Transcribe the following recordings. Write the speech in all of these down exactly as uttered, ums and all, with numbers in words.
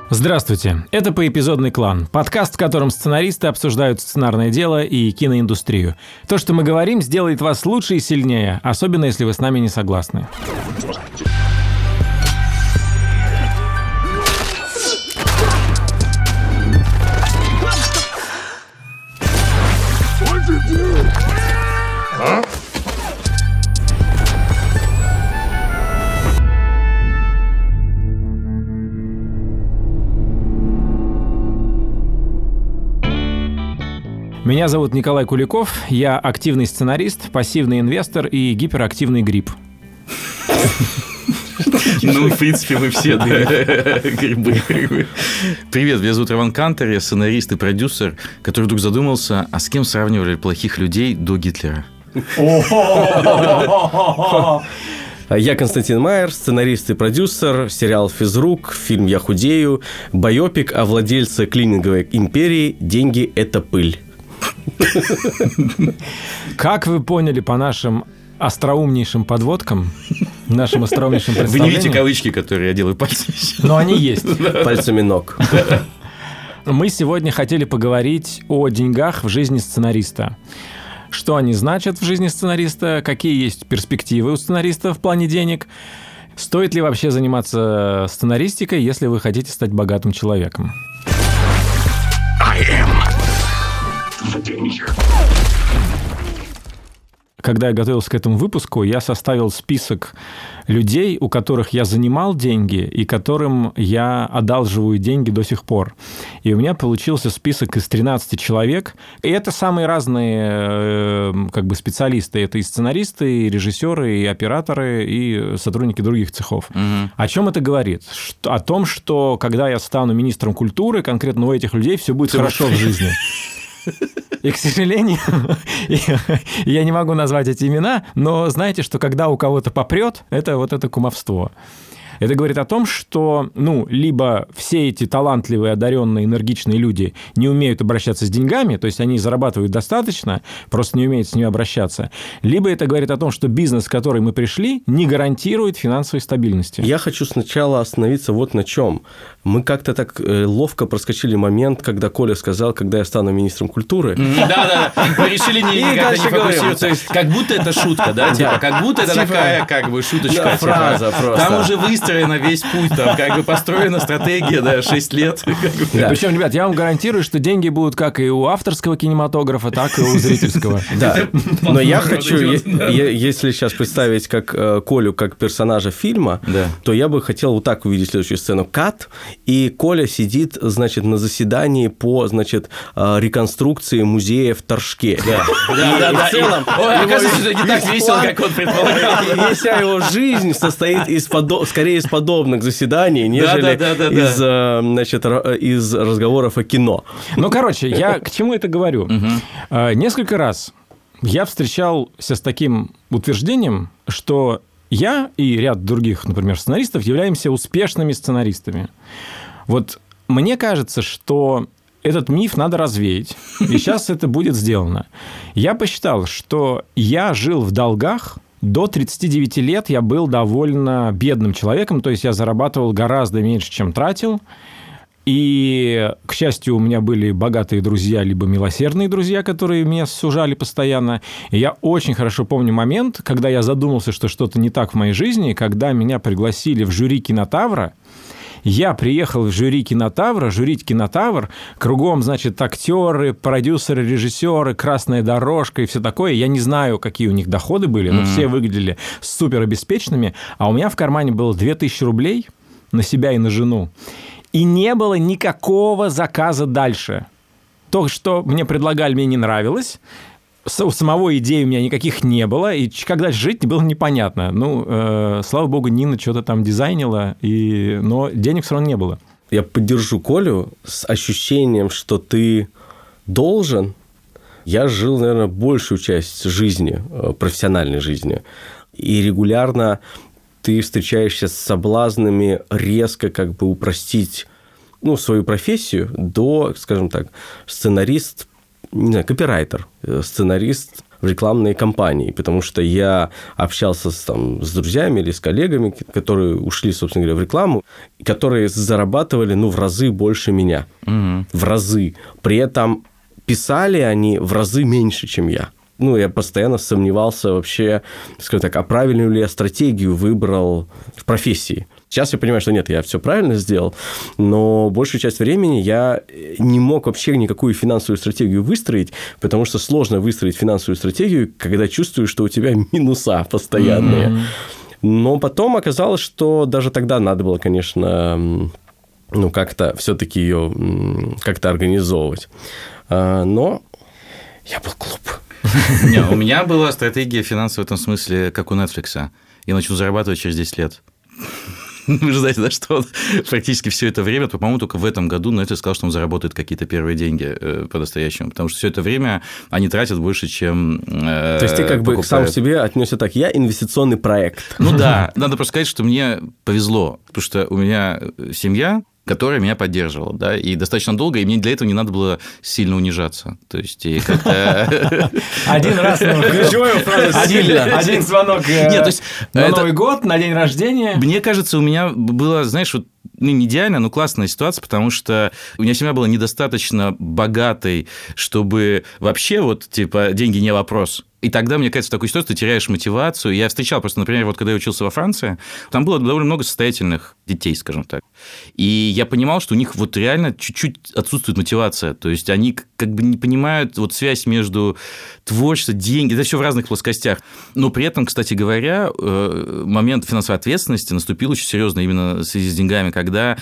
Здравствуйте, это «Поэпизодный клан», подкаст, в котором сценаристы обсуждают сценарное дело и киноиндустрию. То, что мы говорим, сделает вас лучше и сильнее, особенно если вы с нами не согласны. Меня зовут Николай Куликов, я активный сценарист, пассивный инвестор и гиперактивный гриб. Ну, в принципе, мы все грибы. Привет, меня зовут Роман Кантер, я сценарист и продюсер, который вдруг задумался, а с кем сравнивали плохих людей до Гитлера? Я Константин Майер, сценарист и продюсер, сериал «Физрук», фильм «Я худею», байопик о владельце клининговой империи «Деньги – это пыль». Как вы поняли по нашим остроумнейшим подводкам, нашим остроумнейшим представлениям... Вы не видите кавычки, которые я делаю пальцами? Но они есть. Пальцами ног. Мы сегодня хотели поговорить о деньгах в жизни сценариста. Что они значат в жизни сценариста, какие есть перспективы у сценариста в плане денег, стоит ли вообще заниматься сценаристикой, если вы хотите стать богатым человеком. I am the danger. Когда я готовился к этому выпуску, я составил список людей, у которых я занимал деньги и которым я одалживаю деньги до сих пор. И у меня получился список из тринадцати человек. И это самые разные как бы, специалисты. Это и сценаристы, и режиссеры, и операторы, и сотрудники других цехов. Угу. О чем это говорит? О том, что когда я стану министром культуры, конкретно у этих людей все будет Ты хорошо в жизни. И, к сожалению, я не могу назвать эти имена, но знаете, что когда у кого-то попрет, это вот это кумовство. Это говорит о том, что, ну, либо все эти талантливые, одаренные, энергичные люди не умеют обращаться с деньгами, то есть они зарабатывают достаточно, просто не умеют с ними обращаться, либо это говорит о том, что бизнес, в который мы пришли, не гарантирует финансовой стабильности. Я хочу сначала остановиться вот на чем. Мы как-то так ловко проскочили момент, когда Коля сказал, когда я стану министром культуры. Да-да, мы решили никогда не фокусироваться. Как будто это шутка, да? Типа, как будто это такая, как бы, шуточка. Фраза просто. Там уже выстроено весь путь, там как бы построена стратегия, да, шесть лет. Да. Причем, ребят, я вам гарантирую, что деньги будут как и у авторского кинематографа, так и у зрительского. Да, но я хочу, если сейчас представить как Колю как персонажа фильма, то я бы хотел вот так увидеть следующую сцену. Кат, и Коля сидит, значит, на заседании по, значит, реконструкции музея в Торжке. Да, да, да. Ой, оказывается, это не так весело, как он предполагал. И вся его жизнь состоит из, скорее, из подобных заседаний, нежели да, да, да, из, да. Значит, из разговоров о кино. Ну, короче, я к чему это говорю? Угу. Несколько раз я встречался с таким утверждением, что я и ряд других, например, сценаристов являемся успешными сценаристами. Вот мне кажется, что этот миф надо развеять, и сейчас это будет сделано. Я посчитал, что я жил в долгах. До тридцати девяти лет я был довольно бедным человеком, то есть я зарабатывал гораздо меньше, чем тратил. И, к счастью, у меня были богатые друзья, либо милосердные друзья, которые меня сужали постоянно. И я очень хорошо помню момент, когда я задумался, что что-то не так в моей жизни, когда меня пригласили в жюри «Кинотавра». Я приехал в жюри «Кинотавра», жюрить «Кинотавр», кругом, значит, актеры, продюсеры, режиссеры, красная дорожка и все такое. Я не знаю, какие у них доходы были, но mm-hmm. все выглядели суперобеспеченными. А у меня в кармане было две тысячи рублей на себя и на жену. И не было никакого заказа дальше. То, что мне предлагали, мне не нравилось. У самого идеи у меня никаких не было, и как дальше жить было непонятно. Ну, э, слава богу, Нина что-то там дизайнила, и... но денег все равно не было. Я поддержу Колю с ощущением, что ты должен. Я жил, наверное, большую часть жизни, профессиональной жизни, и регулярно ты встречаешься с соблазнами резко как бы упростить, ну, свою профессию до, скажем так, сценарист, не знаю, копирайтер, сценарист в рекламные кампании, потому что я общался с, там, с друзьями или с коллегами, которые ушли, собственно говоря, в рекламу, которые зарабатывали, ну, в разы больше меня. Угу. В разы. При этом писали они в разы меньше, чем я. Ну, я постоянно сомневался вообще, скажем так, а правильную ли я стратегию выбрал в профессии. Сейчас я понимаю, что нет, я все правильно сделал, но большую часть времени я не мог вообще никакую финансовую стратегию выстроить, потому что сложно выстроить финансовую стратегию, когда чувствуешь, что у тебя минуса постоянные. Mm-hmm. Но потом оказалось, что даже тогда надо было, конечно, ну, как-то все-таки ее как-то организовывать. Но я был глуп. Не, у меня была стратегия финансовая в этом смысле, как у Netflix. Я начну зарабатывать через десять лет. Вы же знаете, да, что практически все это время, по-моему, только в этом году Netflix сказал, что он заработает какие-то первые деньги по-настоящему, потому что все это время они тратят больше, чем То есть ты как покупают. Бы сам к себе отнесся так, я инвестиционный проект. Ну да, надо просто сказать, что мне повезло, потому что у меня семья, которая меня поддерживала, да, и достаточно долго, и мне для этого не надо было сильно унижаться. То есть, и как-то... Один раз, ключевая фраза, сильно. Один звонок на Новый год, на день рождения. Мне кажется, у меня было, знаешь, вот ну, не идеально, но классная ситуация, потому что у меня семья была недостаточно богатой, чтобы вообще вот, типа, деньги не вопрос. И тогда, мне кажется, в такой ситуации ты теряешь мотивацию. Я встречал просто, например, вот когда я учился во Франции, там было довольно много состоятельных детей, скажем так. И я понимал, что у них вот реально чуть-чуть отсутствует мотивация. То есть они как бы не понимают вот связь между творчеством, деньги, это все в разных плоскостях. Но при этом, кстати говоря, момент финансовой ответственности наступил очень серьезно именно в связи с деньгами, когда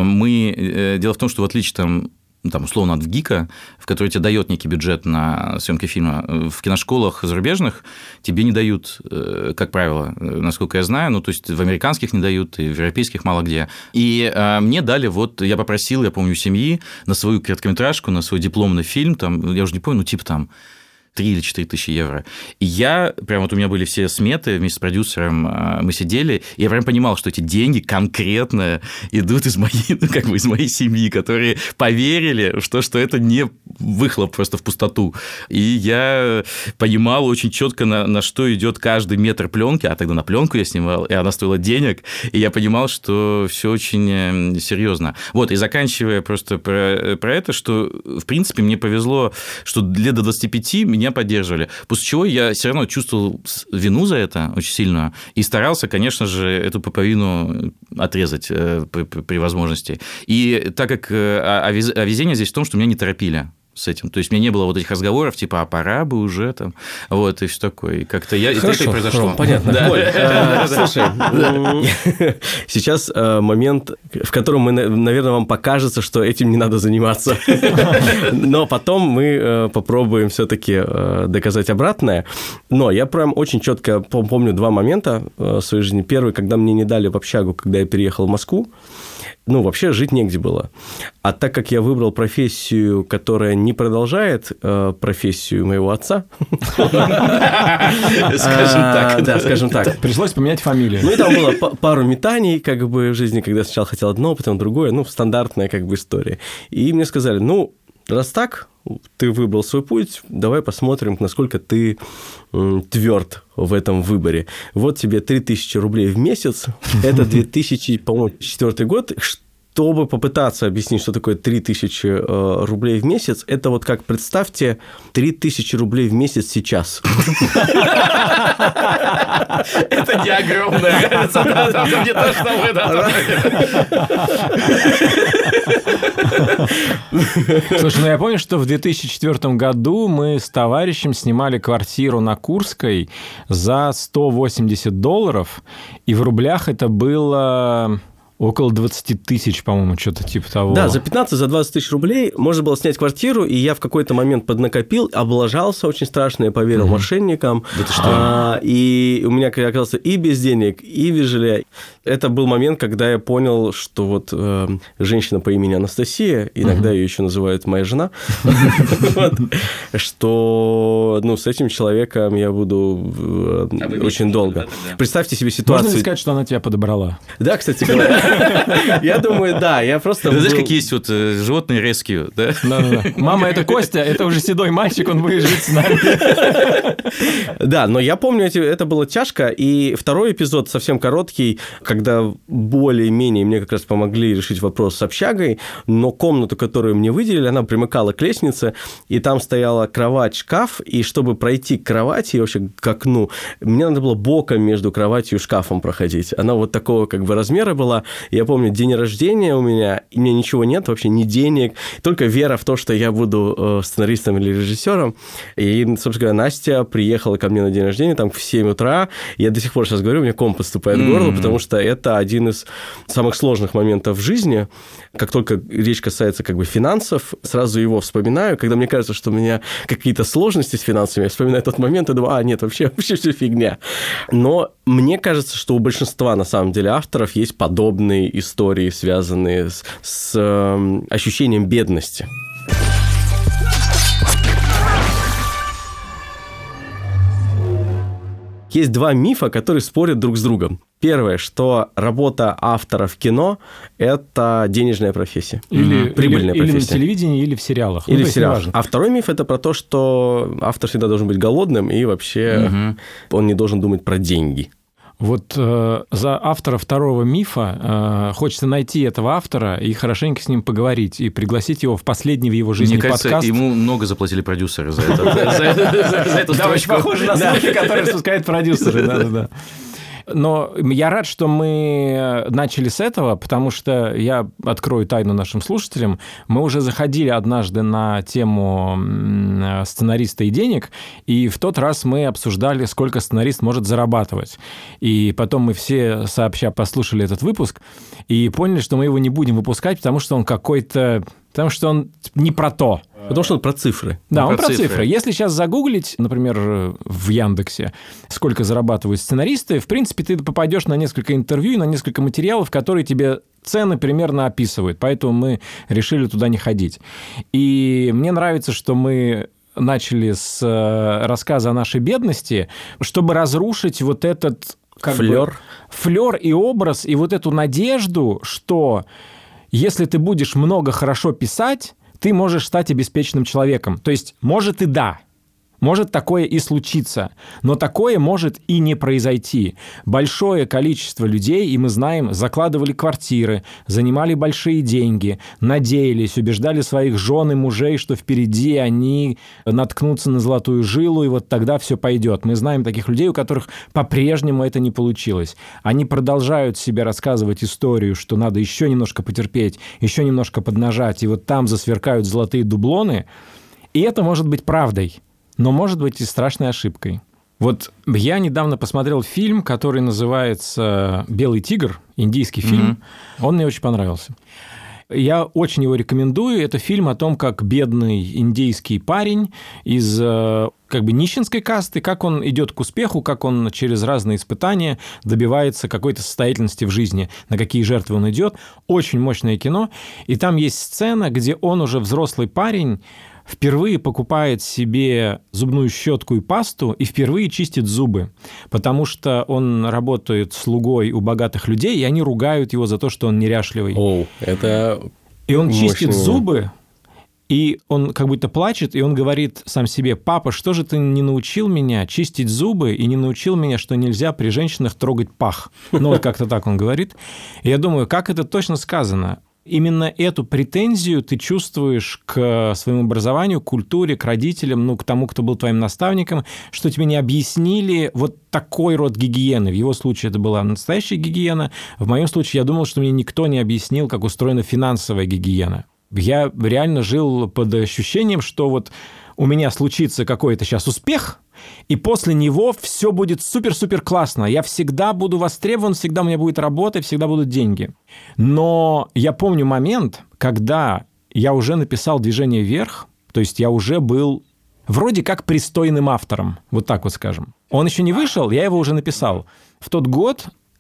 мы... Дело в том, что в отличие там, там, условно, от ВГИКа, в который тебе дает некий бюджет на съемки фильма, в киношколах зарубежных тебе не дают, как правило, насколько я знаю, ну, то есть в американских не дают, и в европейских мало где. И а, мне дали, вот, я попросил, я помню, семьи на свою короткометражку, на свой дипломный фильм, там, я уже не помню, ну, типа там три или четыре тысячи евро. И я, прям вот у меня были все сметы, вместе с продюсером мы сидели, и я прям понимал, что эти деньги конкретно идут из моей, ну, как бы из моей семьи, которые поверили, что, что это не выхлоп просто в пустоту. И я понимал очень четко, на, на что идет каждый метр пленки, а тогда на пленку я снимал, и она стоила денег, и я понимал, что все очень серьезно. Вот, и заканчивая просто про, про это, что, в принципе, мне повезло, что лет до двадцати пяти меня поддерживали. После чего я все равно чувствовал вину за это очень сильно и старался, конечно же, эту пуповину отрезать при, при возможности. И так как а везение здесь в том, что меня не торопили с этим. То есть, у меня не было вот этих разговоров, типа, а пора бы уже там, вот, и все такое. И как-то я... Хорошо, это и произошло. Понятно. Да. Коль, э, слушай, сейчас э, момент, в котором, мы, наверное, вам покажется, что этим не надо заниматься. Но потом мы э, попробуем все-таки э, доказать обратное. Но я прям очень четко помню два момента в своей жизни. Первый, когда мне не дали в общагу, когда я переехал в Москву, ну, вообще жить негде было. А так как я выбрал профессию, которая не продолжает э, профессию моего отца... Скажем так. Да, скажем так. Пришлось поменять фамилию. Ну, и там было пару метаний, как бы, в жизни, когда сначала хотел одно, потом другое, ну, стандартная, как бы, история. И мне сказали, ну, раз так, ты выбрал свой путь, давай посмотрим, насколько ты тверд в этом выборе. Вот тебе три тысячи рублей в месяц, это две тысячи, по-моему, четвёртый год. Чтобы попытаться объяснить, что такое три тысячи рублей в месяц, это вот как, представьте, три тысячи рублей в месяц сейчас. Это не огромная разница, это не то, что вы. Слушай, ну я помню, что в две тысячи четвёртом году мы с товарищем снимали квартиру на Курской за сто восемьдесят долларов, и в рублях это было... Около двадцать тысяч, по-моему, что-то типа того. Да, за пятнадцать, за двадцать тысяч рублей можно было снять квартиру, и я в какой-то момент поднакопил, облажался очень страшно, я поверил угу. мошенникам. Да ты что? А, и у меня оказался и без денег, и без жилья. Это был момент, когда я понял, что вот э, женщина по имени Анастасия, иногда uh-huh. ее еще называют моя жена, что ну, с этим человеком я буду очень долго. Представьте себе ситуацию... Можно ли сказать, что она тебя подобрала? Да, кстати говоря. Я думаю, да, я просто... Знаешь, какие есть вот животные rescue, да? Да-да-да. Мама, это Костя, это уже седой мальчик, он будет жить с нами. Да, но я помню, это было тяжко, и второй эпизод совсем короткий, когда более-менее мне как раз помогли решить вопрос с общагой, но комнату, которую мне выделили, она примыкала к лестнице, и там стояла кровать, шкаф, и чтобы пройти к кровати, вообще к окну, мне надо было боком между кроватью и шкафом проходить. Она вот такого как бы размера была. Я помню, день рождения у меня, и у меня ничего нет, вообще ни денег, только вера в то, что я буду сценаристом или режиссером. И, собственно говоря, Настя приехала ко мне на день рождения там в семь утра. Я до сих пор сейчас говорю, у меня ком поступает в горло, mm-hmm. потому что это один из самых сложных моментов в жизни. Как только речь касается как бы финансов, сразу его вспоминаю. Когда мне кажется, что у меня какие-то сложности с финансами, я вспоминаю тот момент и думаю, а, нет, вообще, вообще все фигня. Но мне кажется, что у большинства, на самом деле, авторов есть подобные истории, связанные с, с э, ощущением бедности. Есть два мифа, которые спорят друг с другом. Первое, что работа автора в кино – это денежная профессия, или, прибыльная или, профессия. Или на телевидении, или в сериалах. Или ну, в сериалах. А второй миф – это про то, что автор всегда должен быть голодным, и вообще угу. он не должен думать про деньги. Вот э, за автора второго мифа э, хочется найти этого автора и хорошенько с ним поговорить, и пригласить его в последний в его жизни Мне кажется, подкаст. Ему много заплатили продюсеры за это. Да, очень похоже на слухи, которые спускают продюсеры. Да-да-да. Но я рад, что мы начали с этого, потому что я открою тайну нашим слушателям. Мы уже заходили однажды на тему сценариста и денег, и в тот раз мы обсуждали, сколько сценарист может зарабатывать. И потом мы все сообща послушали этот выпуск и поняли, что мы его не будем выпускать, потому что он какой-то... Потому что он не про то. Потому что он про цифры. Да, он, он про, про цифры. цифры. Если сейчас загуглить, например, в Яндексе, сколько зарабатывают сценаристы, в принципе, ты попадешь на несколько интервью и на несколько материалов, которые тебе цены примерно описывают. Поэтому мы решили туда не ходить. И мне нравится, что мы начали с рассказа о нашей бедности, чтобы разрушить вот этот... Как флёр. Бы, флёр и образ, и вот эту надежду, что... Если ты будешь много хорошо писать, ты можешь стать обеспеченным человеком. То есть, может и да, может такое и случиться, но такое может и не произойти. Большое количество людей, и мы знаем, закладывали квартиры, занимали большие деньги, надеялись, убеждали своих жен и мужей, что впереди они наткнутся на золотую жилу, и вот тогда все пойдет. Мы знаем таких людей, у которых по-прежнему это не получилось. Они продолжают себе рассказывать историю, что надо еще немножко потерпеть, еще немножко поднажать, и вот там засверкают золотые дублоны, и это может быть правдой. Но может быть и страшной ошибкой. Вот я недавно посмотрел фильм, который называется «Белый тигр», индийский фильм. Mm-hmm. Он мне очень понравился. Я очень его рекомендую. Это фильм о том, как бедный индийский парень из как бы нищенской касты, как он идет к успеху, как он через разные испытания добивается какой-то состоятельности в жизни, на какие жертвы он идет. Очень мощное кино. И там есть сцена, где он уже взрослый парень, впервые покупает себе зубную щетку и пасту и впервые чистит зубы, потому что он работает слугой у богатых людей, и они ругают его за то, что он неряшливый. О, это И он мощный. чистит зубы, и он как будто плачет, и он говорит сам себе: «Папа, что же ты не научил меня чистить зубы и не научил меня, что нельзя при женщинах трогать пах?» Ну, вот как-то так он говорит. И я думаю, как это точно сказано. Именно эту претензию ты чувствуешь к своему образованию, к культуре, к родителям, ну, к тому, кто был твоим наставником, что тебе не объяснили вот такой род гигиены. В его случае это была настоящая гигиена. В моем случае я думал, что мне никто не объяснил, как устроена финансовая гигиена. Я реально жил под ощущением, что вот у меня случится какой-то сейчас успех, и после него все будет супер-супер классно. Я всегда буду востребован, всегда у меня будет работа, всегда будут деньги. Но я помню момент, когда я уже написал «Движение вверх», то есть я уже был вроде как пристойным автором, вот так вот скажем. Он еще не вышел, я его уже написал. В тот год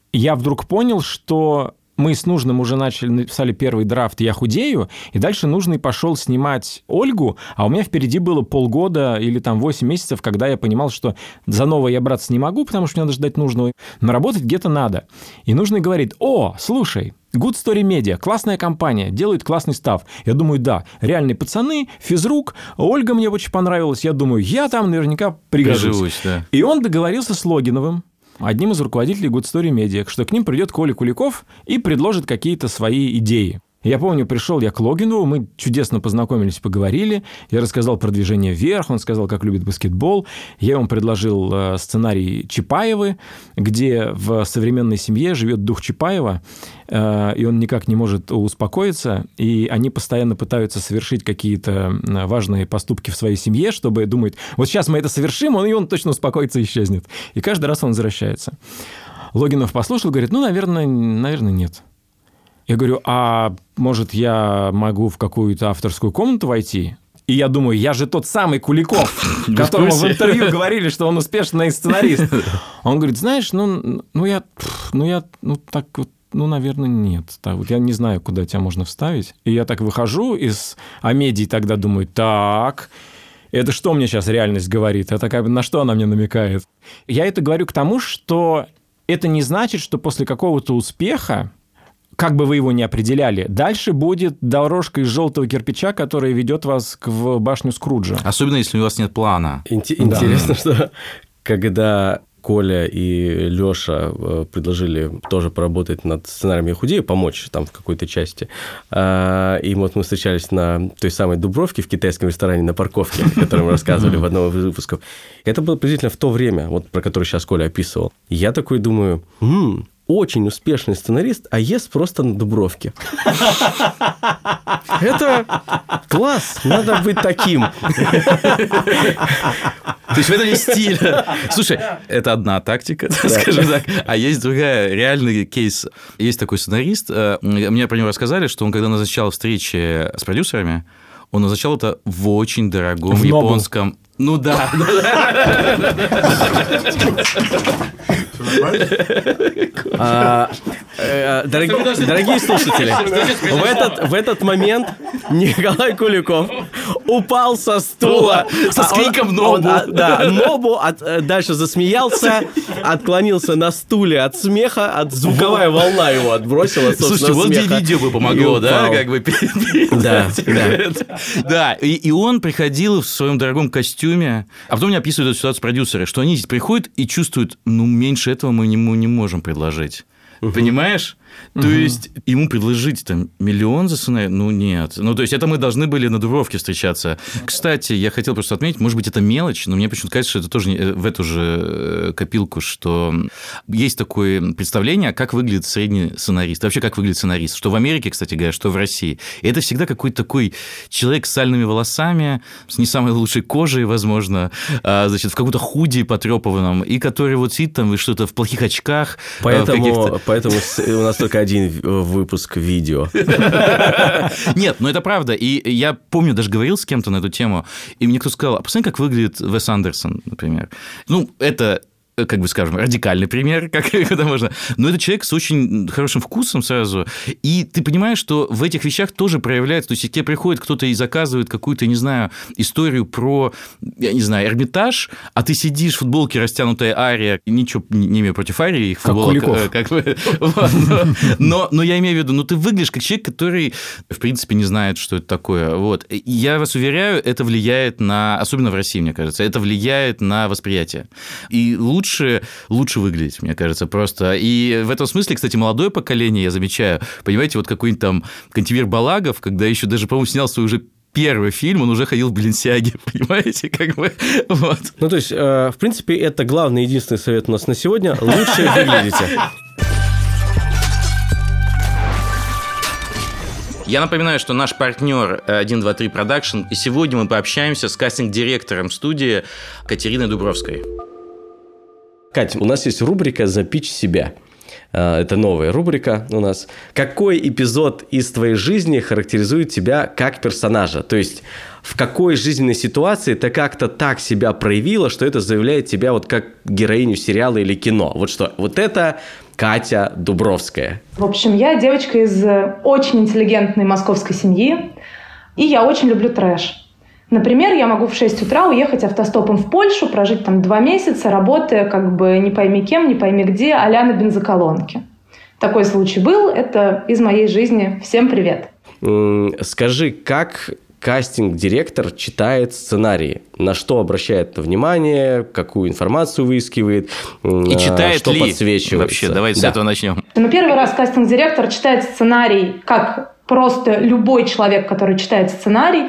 я вдруг понял, что мы с Нужным уже начали, написали первый драфт «Я худею», и дальше Нужный пошел снимать Ольгу, а у меня впереди было полгода или там восемь месяцев, когда я понимал, что за новое я браться не могу, потому что мне надо ждать Нужного, но работать где-то надо. И Нужный говорит: «О, слушай, Good Story Media, классная компания, делают классный став». Я думаю, да, реальные пацаны, физрук, Ольга мне очень понравилась, я думаю, я там наверняка пригожусь. Приживусь, да. И он договорился с Логиновым, одним из руководителей Good Story Media, что к ним придет Коля Куликов и предложит какие-то свои идеи. Я помню, пришел я к Логинову, мы чудесно познакомились, поговорили, я рассказал про «Движение вверх», он сказал, как любит баскетбол, я ему предложил сценарий Чапаевы, где в современной семье живет дух Чапаева, и он никак не может успокоиться, и они постоянно пытаются совершить какие-то важные поступки в своей семье, чтобы думать, вот сейчас мы это совершим, и он точно успокоится и исчезнет. И каждый раз он возвращается. Логинов послушал, говорит, ну, наверное, наверное, нет. Я говорю, а может, я могу в какую-то авторскую комнату войти? И я думаю, я же тот самый Куликов, которому в интервью говорили, что он успешный сценарист. Он говорит, знаешь, ну, ну я, ну я, ну так вот, ну, наверное, нет. Так, вот я не знаю, куда тебя можно вставить. И я так выхожу из Амедии, тогда думаю, так, это что мне сейчас реальность говорит? Это как бы на что она мне намекает? Я это говорю к тому, что это не значит, что после какого-то успеха, как бы вы его ни определяли, дальше будет дорожка из желтого кирпича, которая ведет вас в башню Скруджа. Особенно, если у вас нет плана. Интересно, да. Что когда Коля и Лёша предложили тоже поработать над сценарием «Я худею», помочь там в какой-то части, и вот мы встречались на той самой Дубровке в китайском ресторане на парковке, о котором мы рассказывали в одном из выпусков. Это было приблизительно в то время, вот про которое сейчас Коля описывал. Я такой думаю, м-м, очень успешный сценарист, а ест просто на Дубровке. Это класс, надо быть таким. То есть в этом есть стиль. Слушай, это одна тактика, скажем так, а есть другая, реальный кейс. Есть такой сценарист, мне про него рассказали, что он, когда назначал встречи с продюсерами, он назначал это в очень дорогом в японском... Ну да. Дорогие слушатели, в этот, в этот момент Николай Куликов упал со стула. Со скриком «Нобу». Да, Нобу, дальше засмеялся, отклонился на стуле от смеха, от звуковая волна его отбросила, собственно, смеха. Слушайте, вот где видео бы помогло, да? Как бы Да, да. Да, и он приходил в своем дорогом костюме, а потом мне описывают эту ситуацию продюсеры, что они здесь приходят и чувствуют, ну, меньше этого мы ему не можем предложить. Uh-huh. Понимаешь? Uh-huh. То есть, ему предложить там миллион за сценарий? Ну, нет. Ну, то есть, это мы должны были на Дубровке встречаться. Кстати, я хотел просто отметить, может быть, это мелочь, но мне почему-то кажется, что это тоже в эту же копилку, что есть такое представление, как выглядит средний сценарист. Вообще, как выглядит сценарист. Что в Америке, кстати говоря, что в России. И это всегда какой-то такой человек с сальными волосами, с не самой лучшей кожей, возможно, значит, в каком-то худи потрепанном, и который вот сидит там и что-то в плохих очках. Поэтому, поэтому у нас только один выпуск видео. Нет, ну это правда. И я помню, даже говорил с кем-то на эту тему, и мне кто-то сказал, а посмотри, как выглядит Уэс Андерсон, например. Ну, это... как бы, скажем, радикальный пример, как это можно. Но это человек с очень хорошим вкусом сразу. И ты понимаешь, что в этих вещах тоже проявляется. То есть, если к тебе приходит кто-то и заказывает какую-то, не знаю, историю про, я не знаю, Эрмитаж, а ты сидишь в футболке, растянутая Ария, ничего не имею против Арии, их футболок. Как бы, вот, но, но я имею в виду, ну, ты выглядишь как человек, который, в принципе, не знает, что это такое. Вот. Я вас уверяю, это влияет на, особенно в России, мне кажется, это влияет на восприятие. И лучше Лучше, лучше выглядеть, мне кажется, просто. И в этом смысле, кстати, молодое поколение, я замечаю, понимаете, вот какой-нибудь там Кантемир Балагов, когда еще даже, по-моему, снял свой уже первый фильм, он уже ходил в Баленсиаге, понимаете, как бы, вот. Ну, то есть, в принципе, это главный, единственный совет у нас на сегодня. Лучше выглядите. Я напоминаю, что наш партнер один два три Production, и сегодня мы пообщаемся с кастинг-директором студии Катериной Дубровской. Кать, у нас есть рубрика «Запич себя». Это новая рубрика у нас. Какой эпизод из твоей жизни характеризует тебя как персонажа? То есть, в какой жизненной ситуации ты как-то так себя проявила, что это заявляет тебя вот как героиню сериала или кино? Вот что, вот это Катя Дубровская. В общем, я девочка из очень интеллигентной московской семьи, и я очень люблю трэш. Например, я могу в шесть утра уехать автостопом в Польшу, прожить там два месяца, работая как бы не пойми кем, не пойми где, а-ля на бензоколонке. Такой случай был, это из моей жизни. Всем привет. Скажи, как кастинг-директор читает сценарии? На что обращает внимание, какую информацию выискивает, и читает что ли подсвечивается? Вообще, давайте да. с этого начнем. Ну, первый раз кастинг-директор читает сценарий, как просто любой человек, который читает сценарий.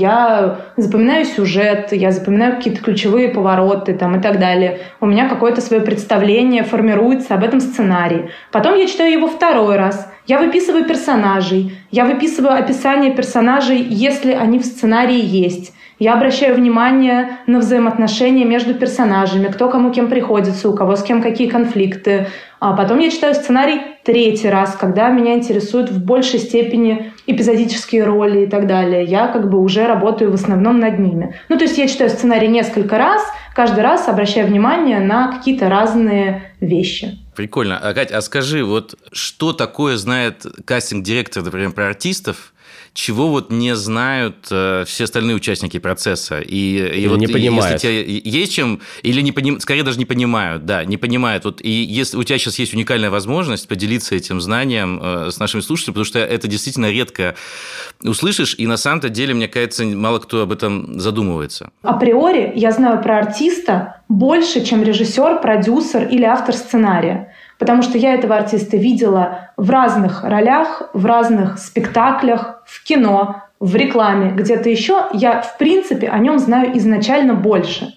Я запоминаю сюжет, я запоминаю какие-то ключевые повороты там, и так далее. У меня какое-то свое представление формируется об этом сценарии. Потом я читаю его второй раз. Я выписываю персонажей. Я выписываю описание персонажей, если они в сценарии есть. Я обращаю внимание на взаимоотношения между персонажами, кто кому кем приходится, у кого с кем какие конфликты. А потом я читаю сценарий третий раз, когда меня интересуют в большей степени эпизодические роли и так далее. Я как бы уже работаю в основном над ними. Ну, то есть я читаю сценарий несколько раз, каждый раз обращаю внимание на какие-то разные вещи. Прикольно. А, Кать, а скажи, вот что такое знает кастинг-директор, например, про артистов, чего вот не знают э, все остальные участники процесса? И, и или вот, не понимают. Если тебе есть чем, или не поним, скорее даже не понимают, да, не понимают. Вот, и если у тебя сейчас есть уникальная возможность поделиться этим знанием э, с нашими слушателями, потому что это действительно редко услышишь, и на самом-то деле, мне кажется, мало кто об этом задумывается. Априори я знаю про артиста больше, чем режиссер, продюсер или автор сценария. Потому что я этого артиста видела в разных ролях, в разных спектаклях, в кино, в рекламе, где-то еще. Я, в принципе, о нем знаю изначально больше.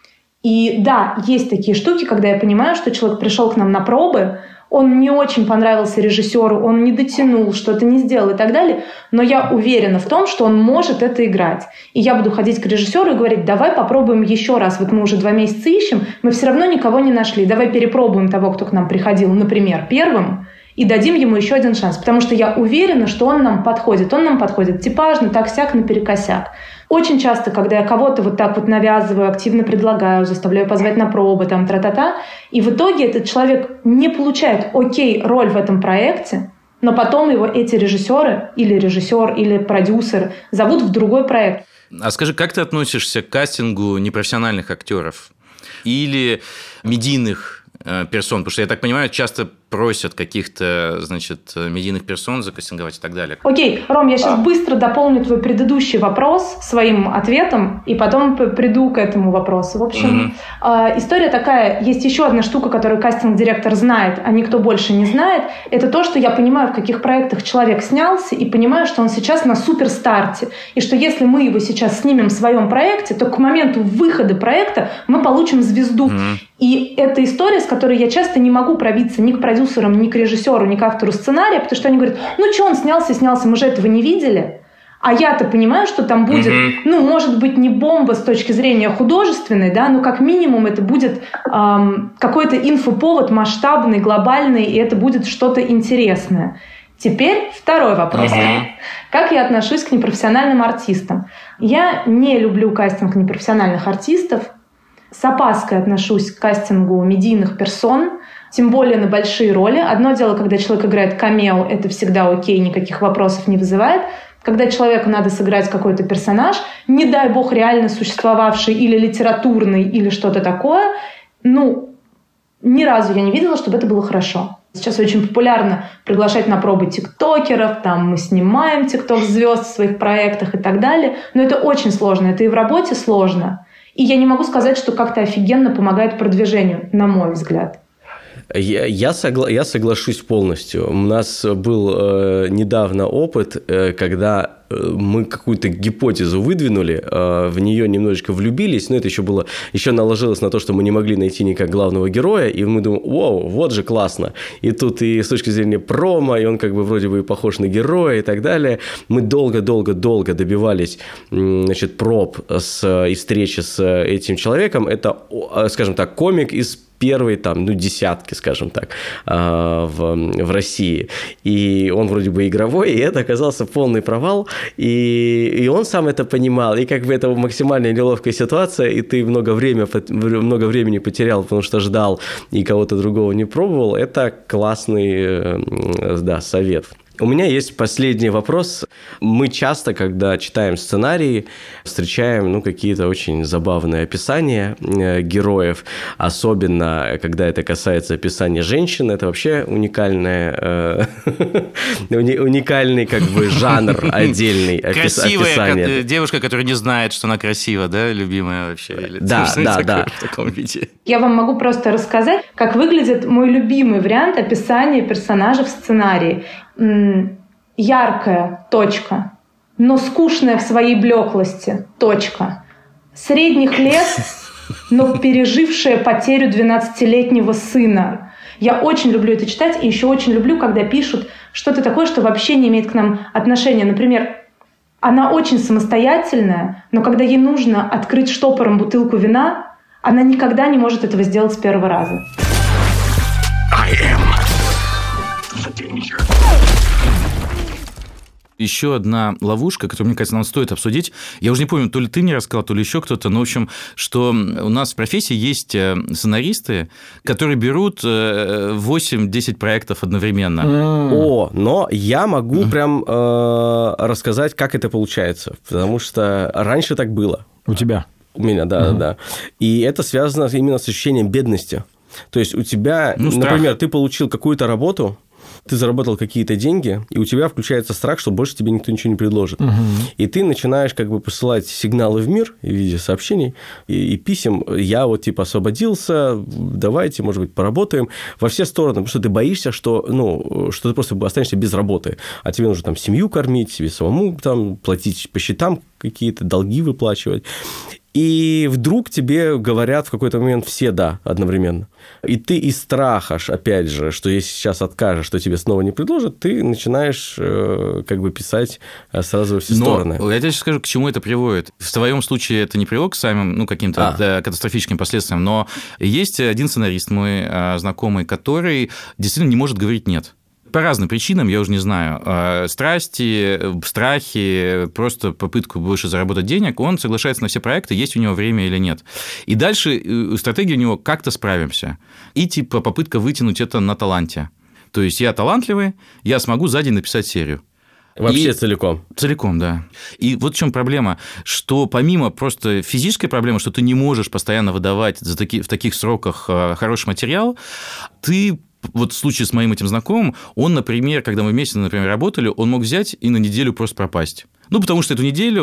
И да, есть такие штуки, когда я понимаю, что человек пришел к нам на пробы, он не очень понравился режиссеру, он не дотянул, что-то не сделал и так далее, но я уверена в том, что он может это играть. И я буду ходить к режиссеру и говорить: давай попробуем еще раз, вот мы уже два месяца ищем, мы все равно никого не нашли, давай перепробуем того, кто к нам приходил, например, первым, и дадим ему еще один шанс, потому что я уверена, что он нам подходит. Он нам подходит типажно, так-сяк, наперекосяк. Очень часто, когда я кого-то вот так вот навязываю, активно предлагаю, заставляю позвать на пробы, там, тра-та-та, и в итоге этот человек не получает окей роль в этом проекте, но потом его эти режиссеры или режиссер, или продюсер зовут в другой проект. А скажи, как ты относишься к кастингу непрофессиональных актеров или медийных персон? Потому что, я так понимаю, часто просят каких-то, значит, медийных персон закастинговать и так далее. Окей, Ром, я сейчас а. быстро дополню твой предыдущий вопрос своим ответом, и потом приду к этому вопросу. В общем, mm-hmm. э, история такая. Есть еще одна штука, которую кастинг-директор знает, а никто больше не знает. Это то, что я понимаю, в каких проектах человек снялся, и понимаю, что он сейчас на суперстарте. И что если мы его сейчас снимем в своем проекте, то к моменту выхода проекта мы получим звезду. Mm-hmm. И это история, с которой я часто не могу пробиться ни к продюсерам, ни к режиссеру, ни к автору сценария, потому что они говорят: ну что, он снялся, снялся, мы же этого не видели. А я-то понимаю, что там будет, mm-hmm. ну, может быть, не бомба с точки зрения художественной, да, но как минимум это будет эм, какой-то инфоповод масштабный, глобальный, и это будет что-то интересное. Теперь второй вопрос. Uh-huh. Как я отношусь к непрофессиональным артистам? Я не люблю кастинг непрофессиональных артистов. С опаской отношусь к кастингу медийных персон, тем более на большие роли. Одно дело, когда человек играет камео, это всегда окей, никаких вопросов не вызывает. Когда человеку надо сыграть какой-то персонаж, не дай бог реально существовавший или литературный, или что-то такое, ну, ни разу я не видела, чтобы это было хорошо. Сейчас очень популярно приглашать на пробы тиктокеров, там мы снимаем тикток-звезд в своих проектах и так далее. Но это очень сложно, это и в работе сложно. И я не могу сказать, что как-то офигенно помогает продвижению, на мой взгляд. Я, я, согла- я соглашусь полностью. У нас был э, недавно опыт, э, когда мы какую-то гипотезу выдвинули, э, в нее немножечко влюбились, но это еще было, еще наложилось на то, что мы не могли найти никак главного героя, и мы думаем: вау, вот же классно. И тут и с точки зрения промо, и он как бы вроде бы и похож на героя и так далее. Мы долго-долго-долго добивались, значит, проб с, и встречи с этим человеком. Это, скажем так, комик из первой там, ну, десятки, скажем так, в, в России. И он вроде бы игровой, и это оказался полный провал. И, и он сам это понимал. И как бы это максимально неловкая ситуация, и ты много, время, много времени потерял, потому что ждал и кого-то другого не пробовал. Это классный, да, совет. У меня есть последний вопрос. Мы часто, когда читаем сценарии, встречаем ну, какие-то очень забавные описания э, героев, особенно когда это касается описания женщин. Это вообще уникальное, э, уникальный как бы жанр отдельный описания. Красивая девушка, которая не знает, что она красива, да, любимая вообще? Да, да, да. В таком виде. Я вам могу просто рассказать, как выглядит мой любимый вариант описания персонажа в сценарии. Яркая, точка, но скучная в своей блеклости, точка. Средних лет, но пережившая потерю двенадцатилетнего сына. Я очень люблю это читать, и еще очень люблю, когда пишут что-то такое, что вообще не имеет к нам отношения. Например, она очень самостоятельная, но когда ей нужно открыть штопором бутылку вина, она никогда не может этого сделать с первого раза. I am the danger. Еще одна ловушка, которую, мне кажется, нам стоит обсудить. Я уже не помню, то ли ты мне рассказал, то ли еще кто-то, но, в общем, что у нас в профессии есть сценаристы, которые берут восемь-десять проектов одновременно. Mm. О, но я могу mm. прям э, рассказать, как это получается, потому что раньше так было. У тебя? У меня, да, mm. да. И это связано именно с ощущением бедности. То есть у тебя, ну, например, ты получил какую-то работу, ты заработал какие-то деньги, и у тебя включается страх, что больше тебе никто ничего не предложит. Угу. И ты начинаешь как бы посылать сигналы в мир в виде сообщений и, и писем. Я вот типа освободился, давайте, может быть, поработаем во все стороны, потому что ты боишься, что, ну, что ты просто останешься без работы, а тебе нужно там семью кормить, себе самому там платить по счетам какие-то, долги выплачивать. И вдруг тебе говорят в какой-то момент все «да» одновременно. И ты из страха, опять же, что если сейчас откажешь, что тебе снова не предложат, ты начинаешь э, как бы писать сразу во все Но стороны. Я тебе сейчас скажу, к чему это приводит. В твоем случае это не привело к самым, ну, каким-то а. катастрофическим последствиям, но есть один сценарист мой знакомый, который действительно не может говорить «нет». По разным причинам, я уже не знаю, страсти, страхи, просто попытку больше заработать денег, он соглашается на все проекты, есть у него время или нет. И дальше стратегия у него «как-то справимся». И типа попытка вытянуть это на таланте. То есть я талантливый, я смогу за день написать серию. Вообще и... целиком? Целиком, да. И вот в чем проблема, что помимо просто физической проблемы, что ты не можешь постоянно выдавать за таки... в таких сроках хороший материал, ты... Вот в случае с моим этим знакомым, он, например, когда мы вместе, например, работали, он мог взять и на неделю просто пропасть. Ну, потому что эту неделю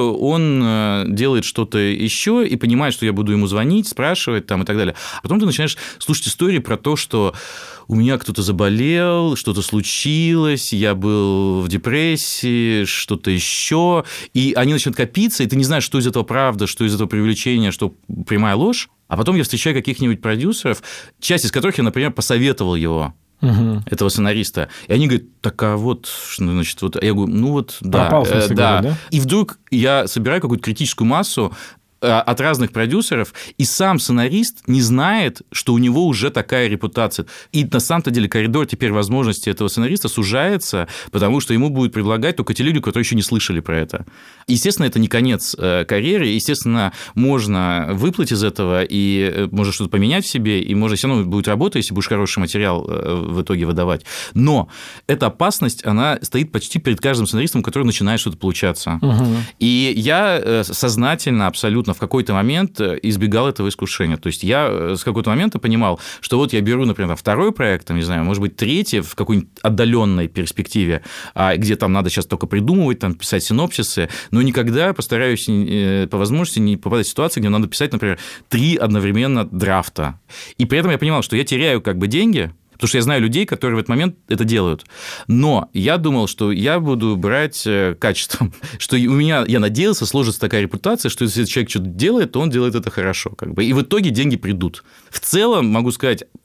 он делает что-то еще и понимает, что я буду ему звонить, спрашивать там, и так далее. А потом ты начинаешь слушать истории про то, что у меня кто-то заболел, что-то случилось, я был в депрессии, что-то еще. И они начинают копиться, и ты не знаешь, что из этого правда, что из этого преувеличения, что прямая ложь. А потом я встречаю каких-нибудь продюсеров, часть из которых я, например, посоветовал его, угу. этого сценариста. И они говорят, так а вот, значит, вот. Я говорю, ну вот, да. Пропал, в смысле, да. говоря, да. И вдруг я собираю какую-то критическую массу от разных продюсеров, и сам сценарист не знает, что у него уже такая репутация. И на самом-то деле коридор теперь возможностей этого сценариста сужается, потому что ему будут предлагать только те люди, которые еще не слышали про это. Естественно, это не конец карьеры, естественно, можно выплыть из этого, и можно что-то поменять в себе, и можно все равно будет работать, если будешь хороший материал в итоге выдавать. Но эта опасность, она стоит почти перед каждым сценаристом, который начинает что-то получаться. Угу. И я сознательно абсолютно в какой-то момент избегал этого искушения. То есть я с какого-то момента понимал, что вот я беру, например, второй проект, там, не знаю, может быть, третий в какой-нибудь отдаленной перспективе, где там надо сейчас только придумывать, там, писать синопсисы, но никогда постараюсь по возможности не попадать в ситуацию, где надо писать, например, три одновременно драфта. И при этом я понимал, что я теряю как бы деньги, потому что я знаю людей, которые в этот момент это делают. Но я думал, что я буду брать качеством, что у меня, я надеялся, сложится такая репутация, что если человек что-то делает, то он делает это хорошо. Как бы. И в итоге деньги придут. В целом, могу сказать,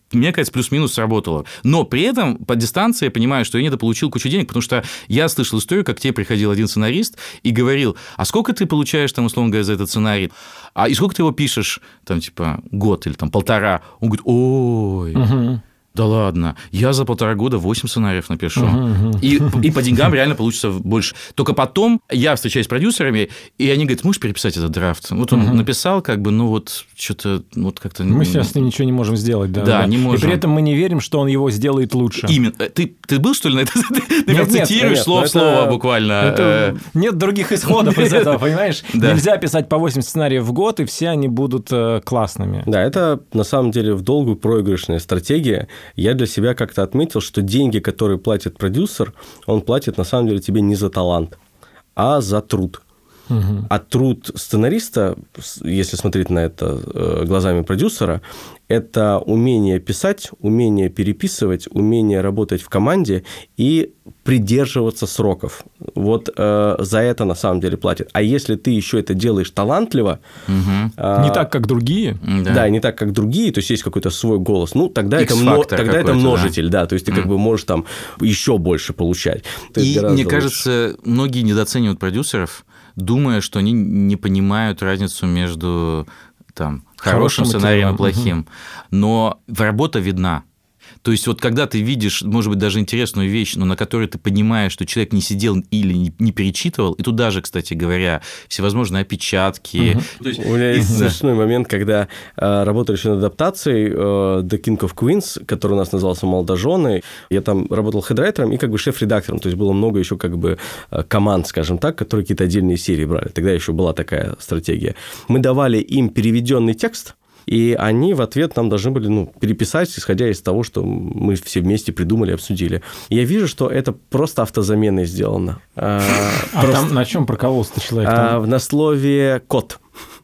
мне кажется, плюс-минус сработало. Но при этом по дистанции я понимаю, что я недополучил кучу денег, потому что я слышал историю, как к тебе приходил один сценарист и говорил: а сколько ты получаешь, там, условно говоря, за этот сценарий? А и сколько ты его пишешь? Там, типа, год или там полтора. Он говорит: ой... Угу. Да ладно, я за полтора года восемь сценариев напишу. Uh-huh, uh-huh. И, и по деньгам реально получится больше. Только потом я встречаюсь с продюсерами, и они говорят: можешь переписать этот драфт? Вот он uh-huh. написал, как бы, ну вот что-то вот как-то... Мы сейчас с ним ничего не можем сделать. Да, да, да, не можем. И при этом мы не верим, что он его сделает лучше. Именно. Ты, ты был, что ли, на это? Ты нет, цитируешь нет, слово в слово это... буквально. Это... Нет других исходов из этого, понимаешь? Нельзя писать по восемь сценариев в год, и все они будут классными. Да, это на самом деле в долгую проигрышная стратегия. Я для себя как как-то отметил, что деньги, которые платит продюсер, он платит на самом деле тебе не за талант, а за труд. Угу. А труд сценариста, если смотреть на это глазами продюсера, это умение писать, умение переписывать, умение работать в команде и придерживаться сроков. Вот э, за это на самом деле платят. А если ты еще это делаешь талантливо... Угу. Э, не так, как другие. Да. да, не так, как другие, то есть есть какой-то свой голос, ну, тогда, это, мно, тогда это множитель, да. да, то есть ты как mm. бы можешь там еще больше получать. И мне лучше. кажется, многие недооценивают продюсеров, думая, что они не понимают разницу между там, хорошим, хорошим сценарием и плохим. Угу. Но работа видна. То есть, вот когда ты видишь, может быть, даже интересную вещь, но на которой ты понимаешь, что человек не сидел или не перечитывал, и туда же, кстати говоря, всевозможные опечатки. Угу. То есть, у меня есть смешной момент, когда э, работали еще над адаптацией э, The King of Queens, который у нас назывался «Молодожены». Я там работал хедрайтером и как бы шеф-редактором, то есть было много еще как бы команд, скажем так, которые какие-то отдельные серии брали. Тогда еще была такая стратегия. Мы давали им переведенный текст, и они в ответ нам должны были ну, переписать, исходя из того, что мы все вместе придумали, обсудили. И я вижу, что это просто автозаменой сделано. А, а просто... там на чем прокололся человек? А, на слове «кот».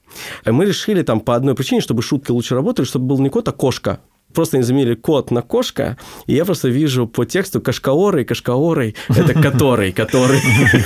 Мы решили там по одной причине, чтобы шутки лучше работали, чтобы был не кот, а кошка. Просто они заменили кот на кошка, и я просто вижу по тексту кашкаорой, кашкаорой, это который, который,